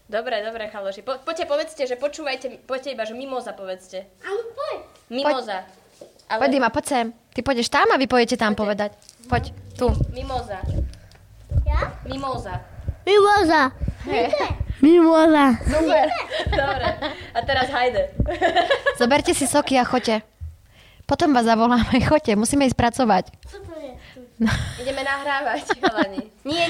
Dobre, chaloši. Poďte, povedzte, že počúvajte, poďte iba, že mimoza povedzte. Ale poď. Mimoza. Ale... Poď, Dima, poď sem. Ty pôjdeš tam a vy pôjdete tam povedať. Poď, tu. Mimoza. Ja? Mimoza. Mimoza. Hey. Mimoza. Super. Dobre. A teraz hajde. Zoberte si soky a choďte. Potom vás zavoláme. Choďte, musíme ísť pracovať. Co to je? No. Ideme nahrávať, chalani. Nie.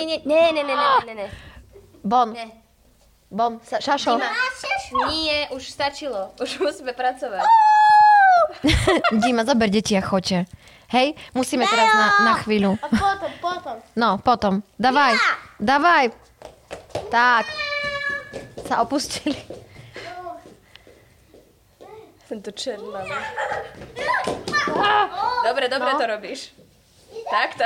Bon. Nie. Bon. Šašo. Nie, už stačilo. Už musíme pracovať. Dima, zober deti a choďte. Hej, musíme teraz na chvíľu. A potom. No, potom. Davaj. Tak. Sa opustili. Tento černavý. Dobre to robíš. Tak.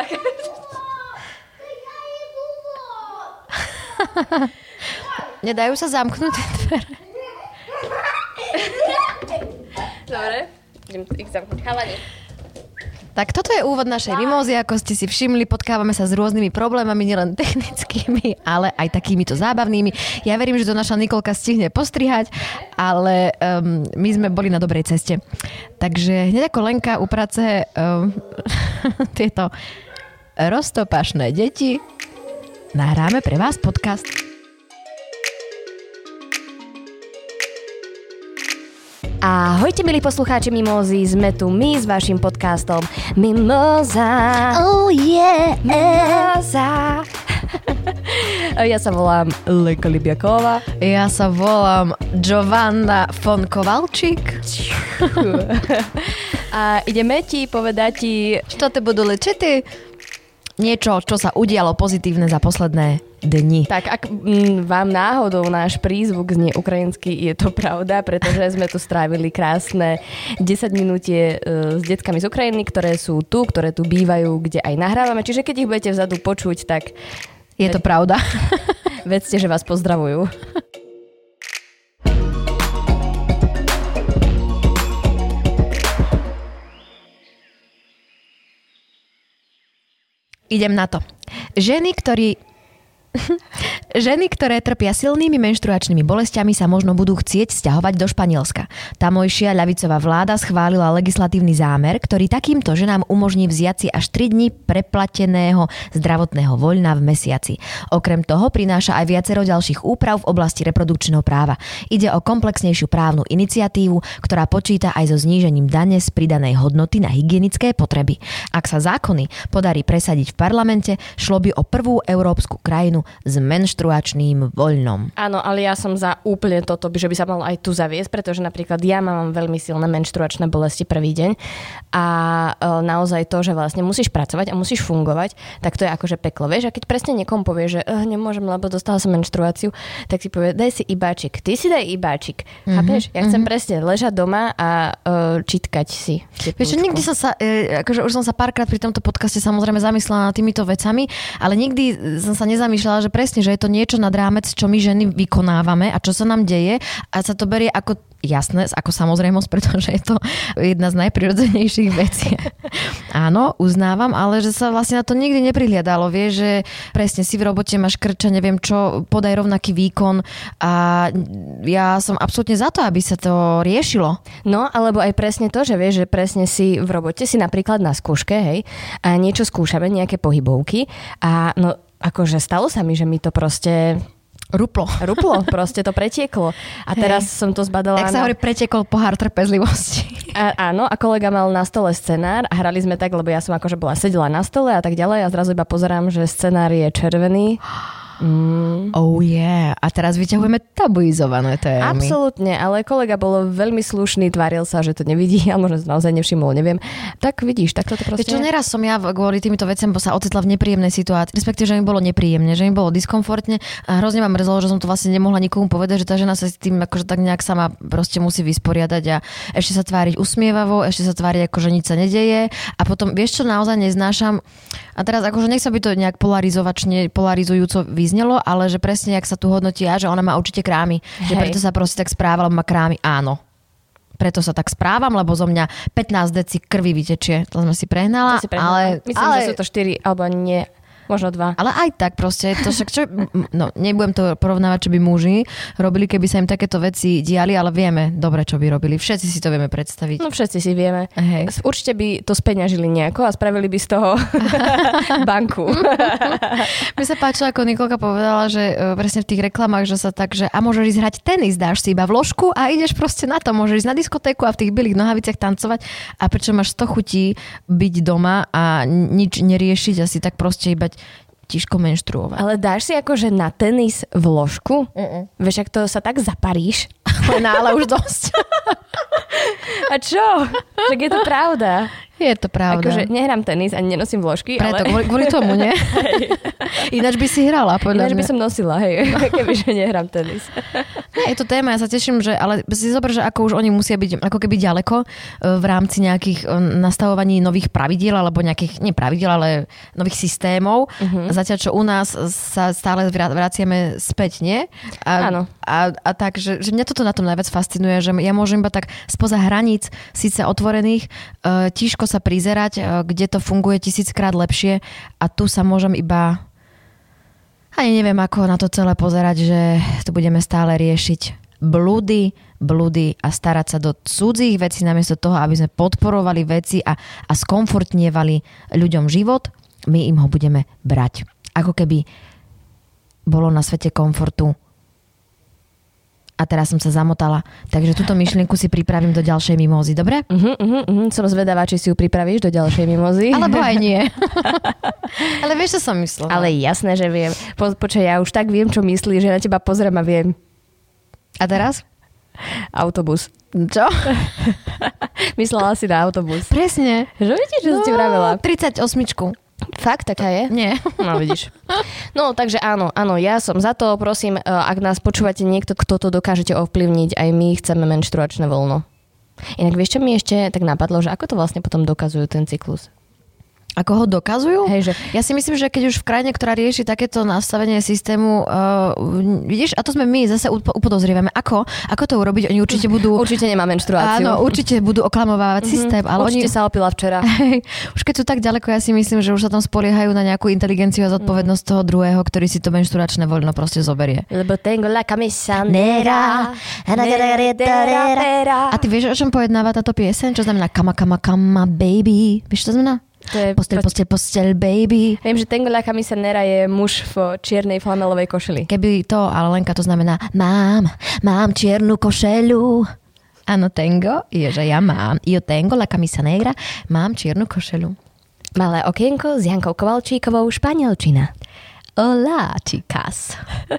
Nedajú sa zamknúť dvere. Dobre, idem ich zamknúť. Chalani. Tak toto je úvod našej mimózy, ako ste si všimli, potkávame sa s rôznymi problémami, nielen technickými, ale aj takýmito zábavnými. Ja verím, že to naša Nikolka stihne postrihať, ale my sme boli na dobrej ceste. Takže hneď ako Lenka uprace tieto roztopašné deti, nahráme pre vás podcast. Ahojte, milí poslucháči Mimózy, sme tu my s vašim podcastom Mimoza. Oh yeah. Mimoza. Ja sa volám Lenka Libiaková. Ja sa volám Giovanna von Kovalčík. A ideme ti povedať Čo te budú lečity? Niečo, čo sa udialo pozitívne za posledné dni. Tak ak vám náhodou náš prízvuk znie ukrajinsky, je to pravda, pretože sme tu strávili krásne 10 minútie s deckami z Ukrajiny, ktoré sú tu, ktoré tu bývajú, kde aj nahrávame. Čiže keď ich budete vzadu počuť, tak je to pravda. Vedzte, že vás pozdravujú. Idem na to. Ženy, ktoré trpia silnými menštruačnými bolestiami, sa možno budú chcieť sťahovať do Španielska. Tamojšia ľavicová vláda schválila legislatívny zámer, ktorý takýmto ženám umožní vziať si až 3 dni preplateného zdravotného voľna v mesiaci. Okrem toho prináša aj viacero ďalších úprav v oblasti reprodukčného práva. Ide o komplexnejšiu právnu iniciatívu, ktorá počíta aj so znížením dane z pridanej hodnoty na hygienické potreby. Ak sa zákony podarí presadiť v parlamente, šlo by o prvú európsku krajinu s menštruačným voľnom. Áno, ale ja som za úplne toto, že by sa malo aj tu zaviesť, pretože napríklad ja mám veľmi silné menštruačné bolesti prvý deň a naozaj to, že vlastne musíš pracovať a musíš fungovať, tak to je akože peklo. Vieš, a keď presne niekomu povie, že nemôžem, lebo dostala som menštruáciu, tak si povie, daj si ibáčik. Ty si daj ibáčik. Chápeš? Ja chcem presne ležať doma a čitkať si. Vieš, nikdy som sa, akože už som sa párkrát pri tomto podcaste samozrejme zamyslela nad týmito vecami, ale nikdy som sa nezamýšľala, že presne, že je to niečo nad rámec, čo my ženy vykonávame a čo sa nám deje a sa to berie ako jasné, ako samozrejmosť, pretože je to jedna z najprirodzenejších vecí. Áno, uznávam, ale že sa vlastne na to nikdy neprihliadalo. Vieš, že presne si v robote máš krča, neviem čo, podaj rovnaký výkon a ja som absolútne za to, aby sa to riešilo. No, alebo aj presne to, že vieš, že presne si v robote si napríklad na skúške, hej, a niečo skúšame, nejaké pohybovky a no, akože stalo sa mi, že mi to proste Ruplo, proste to pretieklo. A teraz som to zbadala. Tak sa hovorí, pretiekol pohár trpezlivosti. Áno, a kolega mal na stole scenár a hrali sme tak, lebo ja som akože sedela na stole a tak ďalej a zrazu iba pozerám, že scenár je červený. Oh yeah. A teraz vyťahujeme tabuizované témy. Absolútne, ale kolega bol veľmi slušný, tváril sa, že to nevidí, a možno naozaj nevšimol, neviem. Tak vidíš, tak toto proste. Čo neraz som ja kvôli týmto veciam sa ocitla v nepríjemnej situácii, respektíve, že mi bolo nepríjemne, že mi bolo diskomfortne a hrozne ma mrzelo, že som to vlastne nemohla nikomu povedať, že tá žena sa s tým akože tak nejak sama proste musí vysporiadať a ešte sa tváriť usmievavo, ešte sa tváriť ako že nič sa nedeje a potom vieš čo naozaj neznášam. A teraz akože nechcem by to nejak polarizujúco vyznelo, ale že presne jak sa tu hodnotí, že ona má určite krámy. Že preto sa proste tak správa, lebo má krámy. Áno. Preto sa tak správam, lebo zo mňa 15 deci krvi vytečie. To sme si prehnala. Ale myslím, že sú to 4, alebo nie. Možno 2. Ale aj tak proste, to však čo, no nebudem to porovnávať, čo by muži robili, keby sa im takéto veci diali, ale vieme dobre, čo by robili. Všetci si to vieme predstaviť. No všetci si vieme. Hej. Určite by to speňažili nejako a spravili by z toho banku. Mi sa páčilo, ako Nikolka povedala, že presne v tých reklamách, že sa tak, že a môžeš ísť hrať tenis, dáš si iba vložku a ideš proste na to. Môžeš ísť na diskotéku a v tých bielých nohaviciach tancovať a prečo máš 100 chutí byť doma a nič neriešiť a si tak proste iba tiško menštruovať. Ale dáš si akože na tenis vložku? Vieš, ak to sa tak zaparíš. Ale už dosť. A čo? Však je to pravda. Je to pravda. Akože nehrám tenis ani nenosím vložky, Preto, ale... kvôli tomu, nie? Ináč by si hrala, podľa Ináč by mňa. som nosila, hej, kebyže nehrám tenis. Je to téma, ja sa teším, že, ale si zober, že ako už oni musia byť ako keby ďaleko v rámci nejakých nastavovaní nových pravidiel, alebo nejakých, nie pravidiel, ale nových systémov. Zatiaľ, čo u nás sa stále vraciame späť, nie? Áno. A tak, že mňa toto na tom najviac fascinuje, že ja môžem iba tak spoza hraníc, síce otvorených, tížko sa prizerať, kde to funguje 1000-krát lepšie a tu sa môžem iba ani neviem, ako na to celé pozerať, že tu budeme stále riešiť blúdy a starať sa do cudzích vecí namiesto toho, aby sme podporovali veci a skomfortnievali ľuďom život, my im ho budeme brať. Ako keby bolo na svete komfortu. A teraz som sa zamotala. Takže túto myšlienku si pripravím do ďalšej mimózy, dobre? Som zvedavá, či si ju pripravíš do ďalšej mimózy. Alebo aj nie. Ale vieš, čo som myslela? Ale jasné, že viem. Počkaj, ja už tak viem, čo myslíš, že na teba pozriem a viem. A teraz? Autobus. Čo? Myslela si na autobus. Presne. Že vidíš, že som ti vravela. 38. Fakt, taká je? Nie. No, vidíš. No, takže áno, ja som za to. Prosím, ak nás počúvate niekto, kto to dokážete ovplyvniť, aj my chceme menštruačné voľno. Inak vieš, čo mi ešte tak napadlo, že ako to vlastne potom dokazujú ten cyklus? Ako ho dokazujú? Hej, že... Ja si myslím, že keď už v krajine, ktorá rieši takéto nastavenie systému, vidíš, a to sme my zase upodozrievame. Ako to urobiť? Oni určite budú... Určite nemá menštruáciu. Áno, určite budú oklamovávať systém. Ale určite sa opila včera. Hej, už keď sú tak ďaleko, ja si myslím, že už sa tam spoliehajú na nejakú inteligenciu a zodpovednosť toho druhého, ktorý si to menštruačné voľno proste zoberie. Lebo tengo la camisa nera. A ty vieš, o čom pojednáva táto pieseň? Čo znamená kama, kama, kama, baby? Vieš, čo to znamená? Posteľ, baby. Viem, že tengo la camisa nera je muž v čiernej flanelovej košeli. Keby to, ale Lenka, to znamená mám čiernu košelu. Áno, tengo je, že ja mám. Io tengo la camisa negra, mám čiernu košelu. Malé okienko s Jankou Kovalčíkovou, španielčina. Hola, chicas.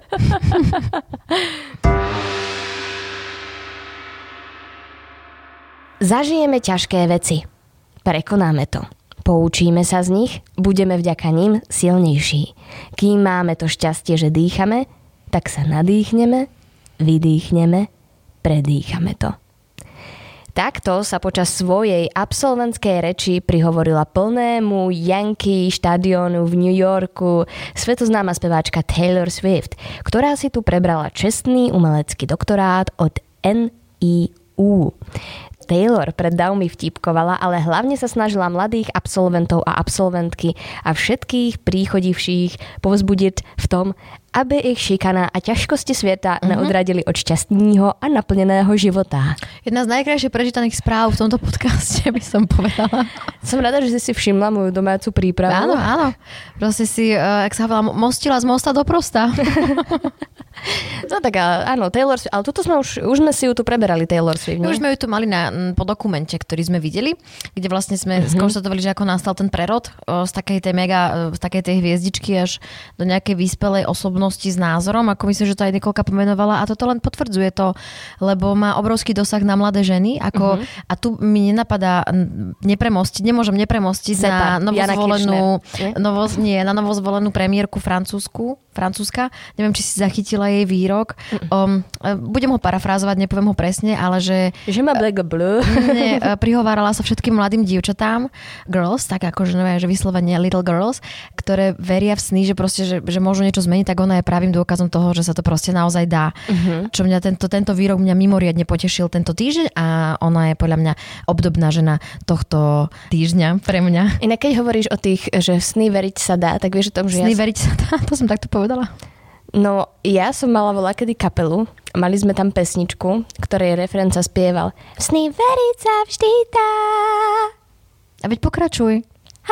Zažijeme ťažké veci. Prekonáme to. Poučíme sa z nich, budeme vďaka ním silnejší. Kým máme to šťastie, že dýchame, tak sa nadýchneme, vydýchneme, predýchame to. Takto sa počas svojej absolventskej reči prihovorila plnému Yankee štadiónu v New Yorku svetoznáma speváčka Taylor Swift, ktorá si tu prebrala čestný umelecký doktorát od NIU. Taylor pred davmi vtipkovala, ale hlavne sa snažila mladých absolventov a absolventky a všetkých príchodivších povzbudiť v tom, aby ich šikana a ťažkosti sveta neodradili od šťastného a naplneného života. Jedna z najkrajšie prečítaných správ v tomto podcaste, by som povedala. Som rada, že si všimla moju domácu prípravu. Áno. Proste si, jak sa hovorila, mostila z mosta do prosta. No tak áno, Taylor Swift, ale tuto sme už sme si ju tu preberali, Taylor Swift, nie? Už sme ju tu mali po dokumente, ktorý sme videli, kde vlastne sme skonštatovali, že ako nastal ten prerod z takej tej hviezdičky až do nejakej vyspelej osobnosti s názorom, ako myslím, že to aj Nikolka pomenovala, a toto len potvrdzuje to, lebo má obrovský dosah na mladé ženy, ako, a tu mi nenapadá nemôžem nepremostiť na novozvolenú premiérku Francúzska. Neviem, či si zachytila jej výrok. Budem ho parafrázovať, nepoviem ho presne, ale že... Že má black blue. Prihovárala sa všetkým mladým dievčatám, girls, tak akože že vyslovene little girls, ktoré veria v sny, že proste, že môžu niečo zmeniť, tak ona je pravým dôkazom toho, že sa to proste naozaj dá. Čo mňa tento výrok mňa mimoriadne potešil tento týždeň a ona je podľa mňa obdobná žena tohto týždňa pre mňa. Inak keď hovoríš o tých, že sny veriť sa dá, tak vieš o tom, že Sny veriť sa dá, to som takto povedala. No, ja som mala voľakedy kapelu. Mali sme tam pesničku, ktorej referenca spieval Sny veriť sa vždy dá. A veď pokračuj.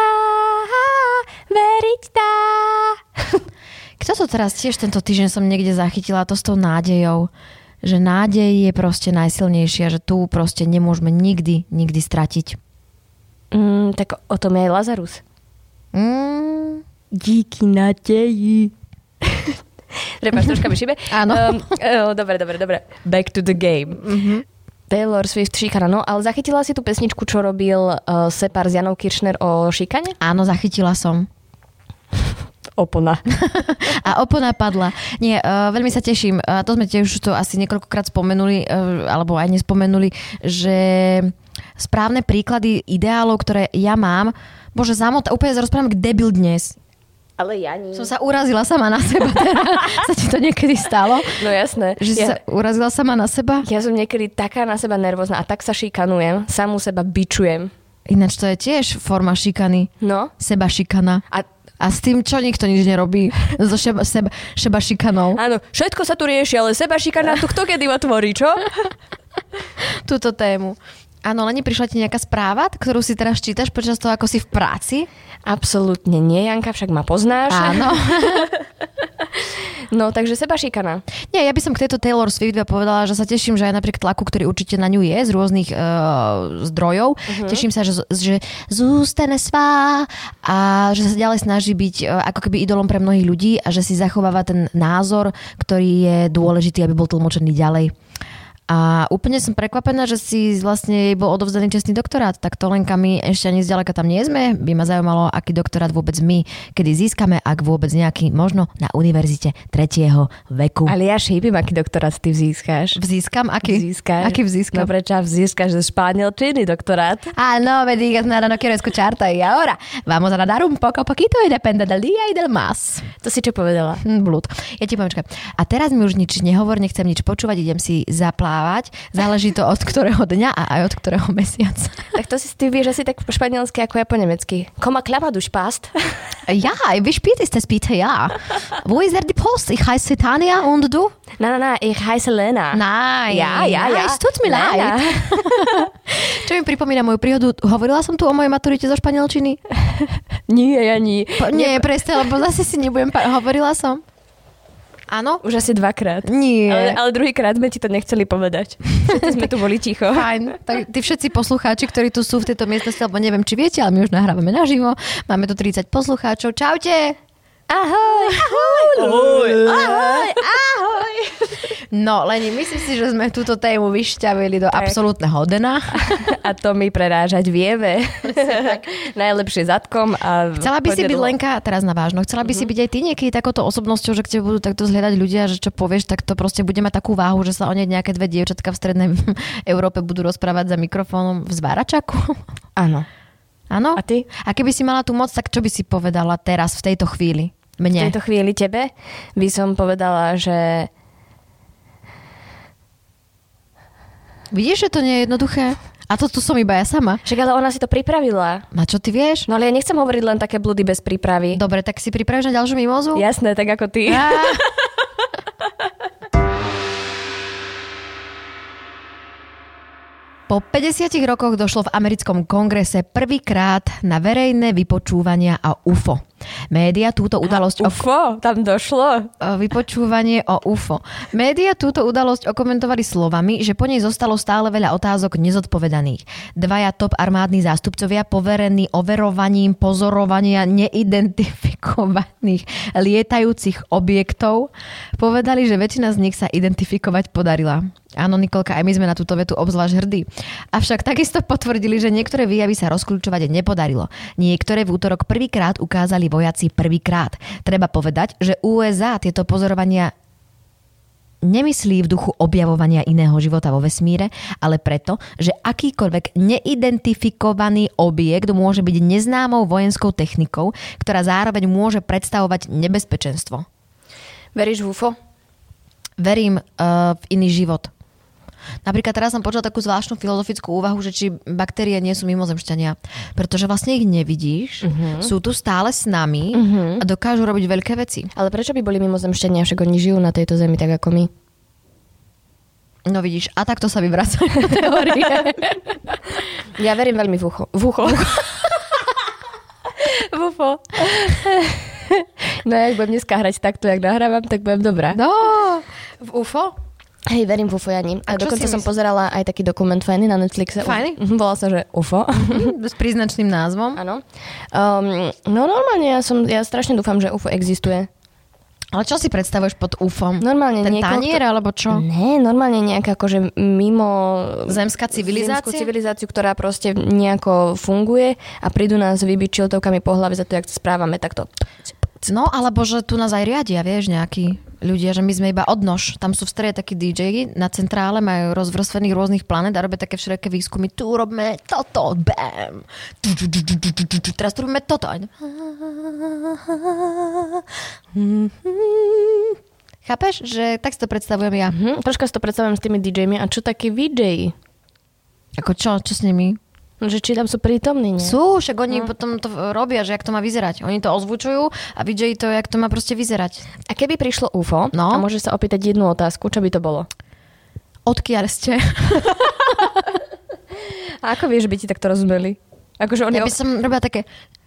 Veriť dá. Kto to teraz tiež tento týždeň som niekde zachytila to s tou nádejou, že nádej je proste najsilnejšia, že tu proste nemôžeme nikdy stratiť. Tak o tom je aj Lazarus. Díky nádeji. Prepáč, troška mi šibe. Áno. Dobre. Back to the game. Taylor Swift šikana. No, ale zachytila si tú pesničku, čo robil Separ s Janou Kiršner o šikane? Áno, zachytila som. Opona. A opona padla. Nie, veľmi sa teším. To sme tiež to asi niekoľkokrát spomenuli, alebo aj nespomenuli, že správne príklady ideálov, ktoré ja mám, bože, úplne rozprávam k debil dnes. Ale ja nie. Som sa urazila sama na seba. Sa ti to niekedy stalo? No jasné. Že si sa urazila sama na seba? Ja som niekedy taká na seba nervózna a tak sa šikanujem. Samú seba bičujem. Ináč to je tiež forma šikany. No. Seba šikana. A s tým, čo nikto nič nerobí. So seba šikanou. Áno, všetko sa tu rieši, ale seba šikana tu kto kedy otvorí, čo? Túto tému. Áno, Leni, prišla ti nejaká správa, ktorú si teraz čítaš počas toho, ako si v práci? Absolútne nie, Janka, však ma poznáš. Áno. No, takže seba šikana. Nie, ja by som k tejto Taylor Swift povedala, že sa teším, že aj napriek tlaku, ktorý určite na ňu je z rôznych zdrojov, teším sa, že zústane svá a že sa ďalej snaží byť ako keby idolom pre mnohých ľudí a že si zachováva ten názor, ktorý je dôležitý, aby bol tlmočený ďalej. A úplne som prekvapená, že si vlastne bol odovzdaný čestný doktorát. Tak to Lenka, my ešte ani zďaleka tam nie sme. By ma zaujímalo, aký doktorát vôbec my kedy získame, ak vôbec nejaký, možno na univerzite 3. veku. Ale ja šípim, aký doktorát ty získáš. Vzískam? Aký? Aký vzískam? No prečo vzískaš ze španielčiny doktorát? No, me digas nada, no quiero escucharte. Y ahora vamos a nadar un poco a poquito y depende del día y del más. To si čo povedala? Blúd. Ja ti poviem, a teraz mi už nič nehovor, nechcem nič počúvať, idem si zaplávať. Záleží to od ktorého dňa a aj od ktorého mesiaca. Tak to si ty vieš asi tak po španielsky ako ja po nemecky. Komma klappa du spast? Ja, wie spät ist es bitte, ja. Wo ist die Post? Ich heiße Tania und du? Na, ich heiße Lena. Nein. Ja. Es tut mir leid. Čo mi pripomína moju príhodu? Hovorila som tu o mojej maturite zo španielčiny? Nie, ja nie. Nie, presne, lebo zase si nebudem... Hovorila som? Áno? Už asi 2-krát. Nie. Ale druhýkrát sme ti to nechceli povedať. Všetci sme tu boli ticho. Fajn. Tak tí všetci poslucháči, ktorí tu sú v tejto miestnosti, alebo neviem, či viete, ale my už nahrávame naživo. Máme tu 30 poslucháčov. Čaute. Ahoj. No, Leni, myslím si, že sme túto tému vyšťavili do absolútneho dna. A to my prerážať vieme. Najlepšie zadkom. A chcela by si byť, Lenka, teraz na vážno, chcela by si byť aj ty niekedy takouto osobnosťou, že k tebe budú takto zhľadať ľudia, že čo povieš, tak to proste bude mať takú váhu, že sa o nej nejaké dve dievčatka v strednej Európe budú rozprávať za mikrofónom v zváračaku? Áno. Áno? A ty? A keby si mala tú moc, tak čo by si povedala teraz, v tejto chvíli? Mne. V tejto chvíli tebe by som povedala, že... Vidíš, že to nie je jednoduché? A to tu som iba ja sama. Však ale ona si to pripravila. A čo ty vieš? No ale ja nechcem hovoriť len také blúdy bez prípravy. Dobre, tak si pripravíš na ďalšiu mimozu? Jasné, tak ako ty. Po 50 rokoch došlo v americkom kongrese prvýkrát na verejné vypočúvania o UFO. Média túto udalosť... UFO? Tam došlo? Vypočúvanie o UFO. Média túto udalosť okomentovali slovami, že po nej zostalo stále veľa otázok nezodpovedaných. Dvaja top armádni zástupcovia poverení overovaním pozorovania neidentifikovaných lietajúcich objektov povedali, že väčšina z nich sa identifikovať podarila. Áno, Nikolka, aj my sme na túto vetu obzvlášť hrdí. Avšak takisto potvrdili, že niektoré výjavy sa rozkľúčovať nepodarilo. Niektoré v útorok prvýkrát ukázali vojaci prvýkrát. Treba povedať, že USA tieto pozorovania nemyslí v duchu objavovania iného života vo vesmíre, ale preto, že akýkoľvek neidentifikovaný objekt môže byť neznámou vojenskou technikou, ktorá zároveň môže predstavovať nebezpečenstvo. Veríš v UFO? Verím v iný život. Napríklad teraz som počula takú zvláštnu filozofickú úvahu, že či baktérie nie sú mimozemšťania. Pretože vlastne ich nevidíš, sú tu stále s nami a dokážu robiť veľké veci. Ale prečo by boli mimozemšťania, však oni žijú na tejto zemi tak ako my? No vidíš, a takto sa vyvracajú teórie. Ja verím veľmi v UFO. V UFO. No jak budem dneska hrať takto, jak nahrávam, tak budem dobrá. No, v UFO? Hej, verím v UFO, Jani. A dokonca som myslí? pozerala aj taký dokument fajný na Netflixe. Fajný? Volá sa, že UFO. S príznačným názvom. Áno. No normálne, ja strašne dúfam, že UFO existuje. Ale čo si predstavuješ pod UFOm? Normálne Ten tanier, alebo čo? Ne, normálne nejaká akože mimo... Zemská civilizácia? Zemskú civilizáciu, ktorá proste nejako funguje a prídu nás vybiť čiltovkami po hlave za to, jak sa správame takto. No, alebo že tu nás aj riadia, vieš, nejakí ľudia, že my sme iba odnož. Tam sú v strede takí DJ na centrále, majú rozvrstvených rôznych planet a robia také všelijaké výskumy. Tu robíme toto, bam. Teraz tu robíme toto. Chápeš, že tak si to predstavujem ja. Troška si to predstavujem s tými DJmi. A čo takí VJ? Ako čo s nimi? Že či tam sú prítomní, nie? Sú, však oni potom to robia, že jak to má vyzerať. Oni to ozvučujú a vidiejí to, jak to má proste vyzerať. A keby prišlo UFO a môžeš sa opýtať jednu otázku, čo by to bolo? Odkiaľ ste? A ako vieš, že by ti takto rozumeli? Akože Ja by som robila také...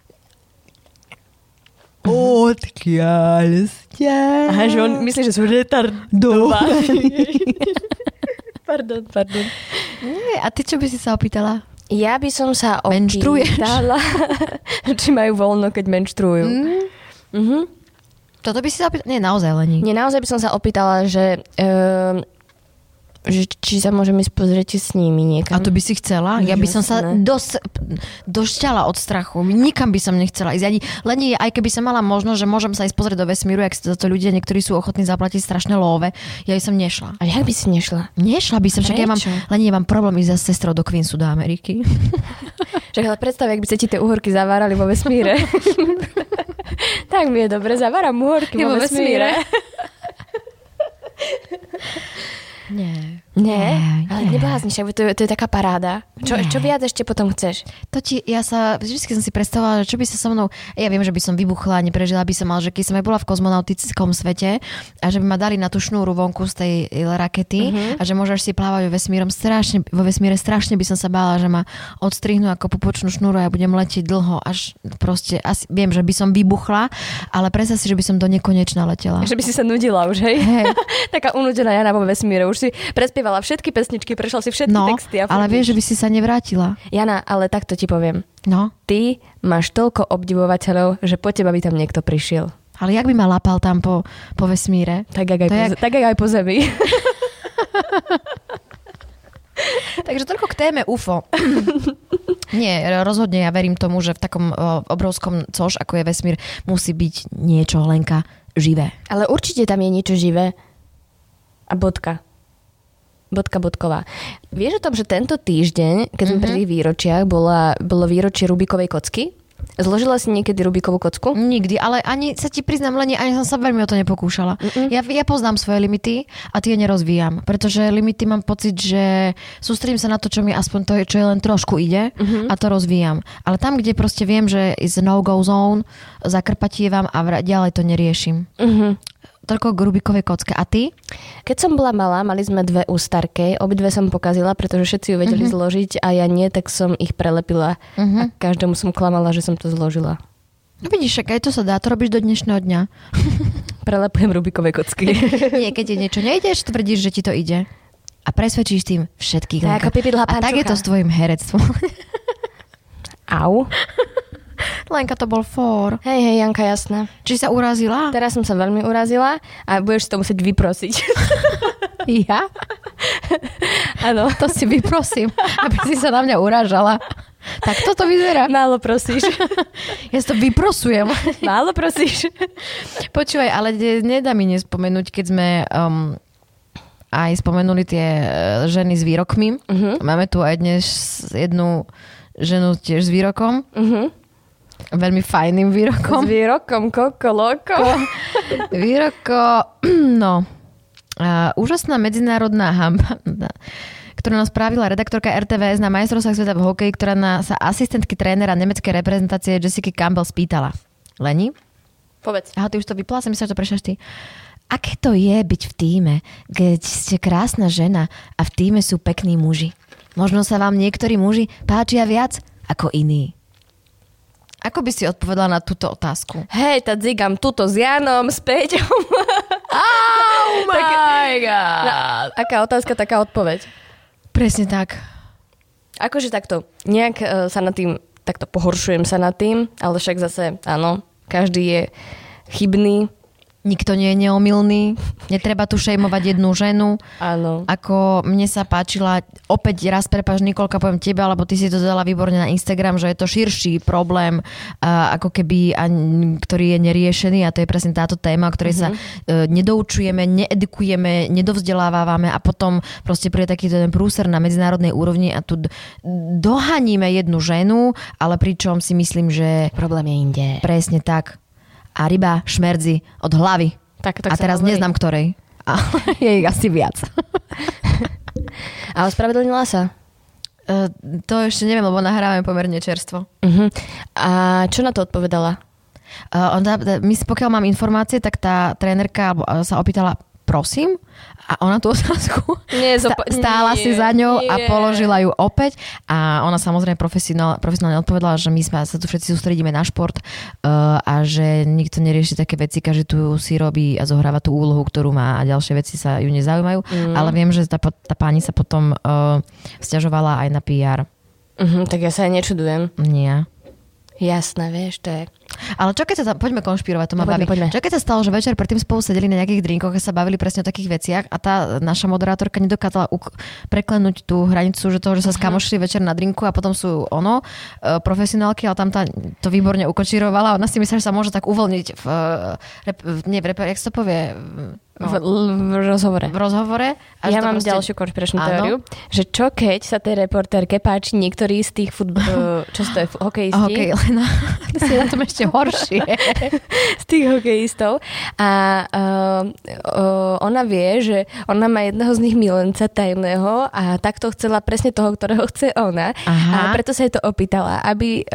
Odkiaľ ste? Aha, že on myslí, že sú retardovaní. Pardon. Nie, a ty čo by si sa opýtala? Ja by som sa Menštruuješ? opýtala, či majú voľno, keď menštruujú. Toto by si sa opýtala? Nie, naozaj, Lení. Nie, naozaj by som sa opýtala, že či sa môžem ísť pozrieť s nimi niekam. A to by si chcela? Ja by som sa došťala od strachu. Nikam by som nechcela ísť. Lení, aj keby som mala možnosť, že môžem sa ísť pozrieť do vesmíru, jak sa to ľudia, niektorí sú ochotní zaplatiť strašné lóve, ja by som nešla. A jak by si nešla? Nešla by som, však ja mám problém ísť za sestrou do Queensu do Ameriky. Však ale predstav, jak by sa ti tie uhorky zavárali vo vesmíre. Tak mi je dobre, zaváram uhorky vo vesmíre. Nie. Ale neblázniš, to je taká paráda. Čo viac ešte potom chceš? Vždy som si predstavovala, že čo by sa so mnou, ja viem, že by som vybuchla, neprežila by som, ale že keď som aj bola v kozmonautickom svete a že by ma dali na tú šnúru vonku z tej rakety a že môžeš si plávať vo vesmíre strašne by som sa bála, že ma odstrihnú ako pupočnú šnúru a ja budem letieť dlho, až proste, asi viem, že by som vybuchla, ale predstav si, že by som do nekonečna letela. Že by si sa nudila už, hej? Taká unudená Jana vo vesmíre, už si prespievala všetky pesničky, prešla si všetky texty. Ale vieš, že by si sa nevrátila. Jana, ale takto ti poviem. No. Ty máš toľko obdivovateľov, že po teba by tam niekto prišiel. Ale jak by ma lapal tam po vesmíre? Tak jak aj po zemi. Takže toľko k téme UFO. Nie, rozhodne ja verím tomu, že v takom obrovskom což, ako je vesmír, musí byť niečo, Lenka, živé. Ale určite tam je niečo živé. A bodka. Bodková. Vieš o tom, že tento týždeň, keď sme pri tých výročiach, bolo výročie Rubikovej kocky? Zložila si niekedy Rubikovú kocku? Nikdy, ale ani sa ti priznám, Leni, ani som sa veľmi o to nepokúšala. Ja poznám svoje limity a tie nerozvíjam, pretože limity mám pocit, že sústredím sa na to, čo mi aspoň to, čo je len trošku ide a to rozvíjam. Ale tam, kde proste viem, že is no-go zone, zakrpatievam a ďalej to neriešim. Toľko k Rubikovej kocke. A ty? Keď som bola malá, mali sme 2 ústarky. Obidve som pokazila, pretože všetci ju vedeli zložiť a ja nie, tak som ich prelepila. A každému som klamala, že som to zložila. No vidíš, aj to sa dá. To robíš do dnešného dňa. Prelepujem Rubikové kocky. Nie, keď ti niečo nejdeš, tvrdíš, že ti to ide. A presvedčíš tým všetkých. Tak, ako Pipidla Pančucha. A tak je to s tvojim herectvom. Au. Lenka, to bol fór. Hej, Janka, jasná. Či sa urazila? Teraz som sa veľmi urazila a budeš si to musieť vyprosiť. Ja? Áno. To si vyprosím, aby si sa na mňa urážala. Tak toto vyzerá. Málo prosíš. Ja si to vyprosujem. Málo prosíš. Počúvaj, ale nedá mi nespomenúť, keď sme aj spomenuli tie ženy s výrokmi. Máme tu aj dnes jednu ženu tiež s výrokom. Veľmi fajným výrokom. S výrokom, loko. Výroko, no. Úžasná medzinárodná hamba, ktorú nás spravila redaktorka RTVS na majstrovstvách sveta v hokeji, ktorá sa asistentky trénera nemeckej reprezentácie Jessica Campbell spýtala. Leni? Povedz. Aha, ty už to vypla, som myslela, že to prešaš ty. Aké to je byť v tíme, keď ste krásna žena a v tíme sú pekní muži? Možno sa vám niektorí muži páčia viac ako iní. Ako by si odpovedala na túto otázku? Hej, tá dzigam tuto s Janom, s Peťom. Oh my God. Aká otázka, taká odpoveď. Presne tak. Akože takto, nejak sa nad tým, takto pohoršujem sa nad tým, ale však zase, áno, každý je chybný. Nikto nie je neomylný, netreba tu šejmovať jednu ženu. Áno. Ako mne sa páčila, opäť raz prepáč Nikolka, poviem tebe, alebo ty si to dala výborne na Instagram, že je to širší problém, ako keby, ktorý je neriešený a to je presne táto téma, o ktorej sa nedoučujeme, needukujeme, nedovzdelávávame a potom proste príde takýto ten prúser na medzinárodnej úrovni a tu dohaníme jednu ženu, ale pričom si myslím, že Problém je inde. presne tak. A ryba šmerdzi od hlavy. Tak a teraz neznám ktorej. A je ich asi viac. A ospravedlnila sa? To ešte neviem, lebo nahrávame pomerne čerstvo. A čo na to odpovedala? Pokiaľ mám informácie, tak tá trénerka sa opýtala prosím a ona tú otázku stála si za ňou a položila ju opäť a ona samozrejme profesionálne odpovedala, že my sa tu všetci sústredíme na šport a že nikto nerieši také veci, každý tu si robí a zohráva tú úlohu, ktorú má a ďalšie veci sa ju nezaujímajú, ale viem, že tá pani sa potom sťažovala aj na PR. Tak ja sa aj nečudujem. Nie. Jasné, vieš, to je... Ale čo keď sa poďme konšpirovať, to ma baví. Čo keď sa stalo, že večer predtým spolu sedeli na nejakých drinkoch a sa bavili presne o takých veciach a tá naša moderátorka nedokázala preklenúť tú hranicu, že toho, že sa skamošili večer na drinku a potom sú profesionálky, ale tam to výborne ukočírovala a ona si myslí, že sa môže tak uvoľniť jak sa to povie... V rozhovore. V rozhovore. Ja mám ďalšiu konšpiračnú teóriu, že čo keď sa tej reportérke páči niektorý z tých čo to je, hokejisti? Hokej, Lena, si na tom ešte horšie. Z tých hokejistov. A ona vie, že ona má jedného z nich milenca tajného a takto chcela presne toho, ktorého chce ona. Aha. A preto sa jej to opýtala, aby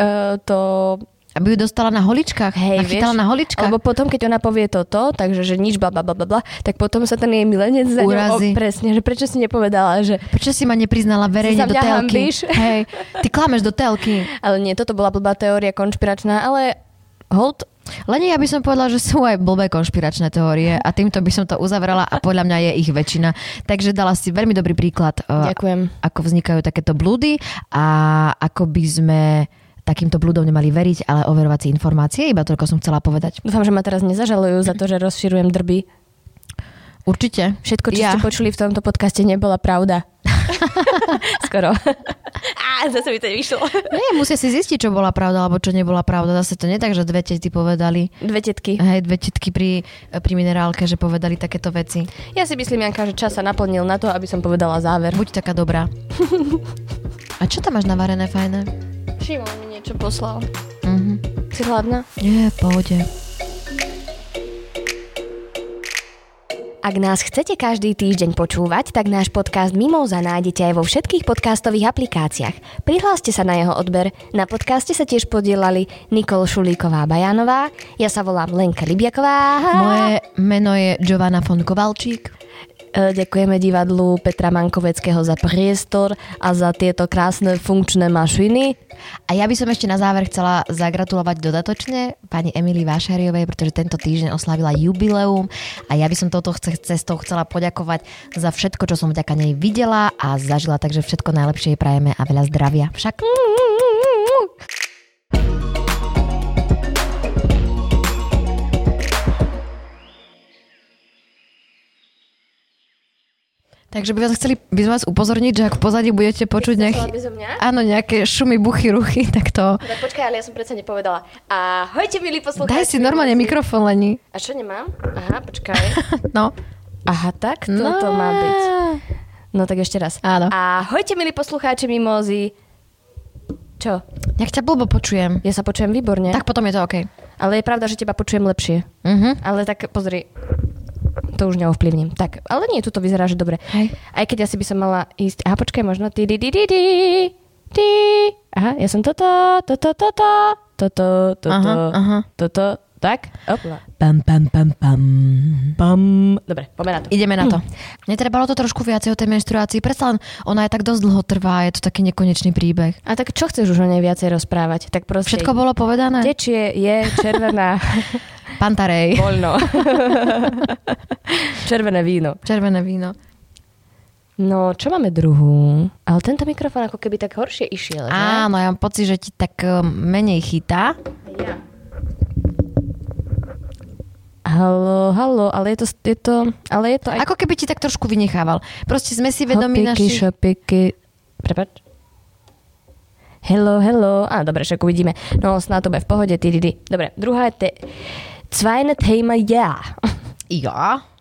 aby ju dostala na holičkách. Nachytala na holičkách. Lebo potom, keď ona povie toto, takže že nič blablabla, tak potom sa ten jej milenec za ňou presne, že prečo si nepovedala, že... Prečo si ma nepriznala verejne do telky? Hej, ty klameš do telky. Ale nie, toto bola blbá teória konšpiračná, ale hold... Leni, ja by som povedala, že sú aj blbé konšpiračné teórie a týmto by som to uzavrela a podľa mňa je ich väčšina. Takže dala si veľmi dobrý príklad. Ďakujem. Ako vznikajú takéto blúdy a ako by sme takýmto blúdom nemali veriť, ale overovať si informácie, iba toľko som chcela povedať. Dúfam, že ma teraz nezažalujú za to, že rozširujem drby. Určite. Všetko, čo ste počuli v tomto podcaste, nebola pravda. Skoro. Zase mi to nevyšlo. Nie, musia si zistiť, čo bola pravda, alebo čo nebola pravda. Zase to nie tak, že dve tety povedali. Dve tetky. Hej, dve tetky pri minerálke, že povedali takéto veci. Ja si myslím, Janka, že čas sa naplnil na to, aby som povedala záver. Buď taká dobrá. A čo tam máš navarené fajné? Šimon mi niečo poslal. Si hladná? Nie, v pohode. Ak nás chcete každý týždeň počúvať, tak náš podcast Mimóza nájdete aj vo všetkých podcastových aplikáciách. Prihláste sa na jeho odber. Na podcaste sa tiež podielali Nikol Šulíková-Bajanová, ja sa volám Lenka Libiaková. Moje meno je Giovanna von Kovalčík. Ďakujeme divadlu Petra Mankoveckého za priestor a za tieto krásne funkčné mašiny. A ja by som ešte na záver chcela zagratulovať dodatočne pani Emílii Vášariovej, pretože tento týždeň oslavila jubileum a ja by som touto cestou chcela poďakovať za všetko, čo som vďaka nej videla a zažila, takže všetko najlepšie jej prajeme a veľa zdravia. Však... Takže by sme vás upozorniť, že ak v pozadí budete počuť nejaké šumy, buchy, ruchy, tak to... Tak počkaj, ale ja som predsa nepovedala. Ahojte, milí poslucháči. Daj si normálne mikrofón, Leni. A čo nemám? Aha, počkaj. No. Aha, tak to má byť. No tak ešte raz. Áno. Ahojte, milí poslucháči Mimózy. Čo? Jak ťa blbo počujem. Ja sa počujem výborne. Tak potom je to OK. Ale je pravda, že teba počujem lepšie. Ale tak pozri, to už neovplyvním. Tak, ale nie, tu to vyzerá, že dobre. Hej. Aj keď asi by som mala ísť... Aha, počkaj, možno ty. Aha, ja som toto. Tak? Opla. Pam. Dobre, poďme na to. Ideme na to. Netrebalo to trošku viacej o tej menštruácii? Predsa len ona je tak dosť dlho trvá, je to taký nekonečný príbeh. A tak čo chceš už o nej viacej rozprávať? Tak proste... Všetko bolo povedané? Tečie, je červená... Pantarej. Voľno. Červené víno. Červené víno. No, čo máme druhú? Ale tento mikrofón ako keby tak horšie išiel, že? Áno, ja mám pocit, že ti tak menej chytá. Ja. Haló, ale je to aj... Ako keby ti tak trošku vynechával. Proste sme si vedomí našich... Šopiky. Prepač. Hello. Dobre, však uvidíme. No, snáď to bude v pohode. Dobre, druhá je Zweite Thema ja. Ja?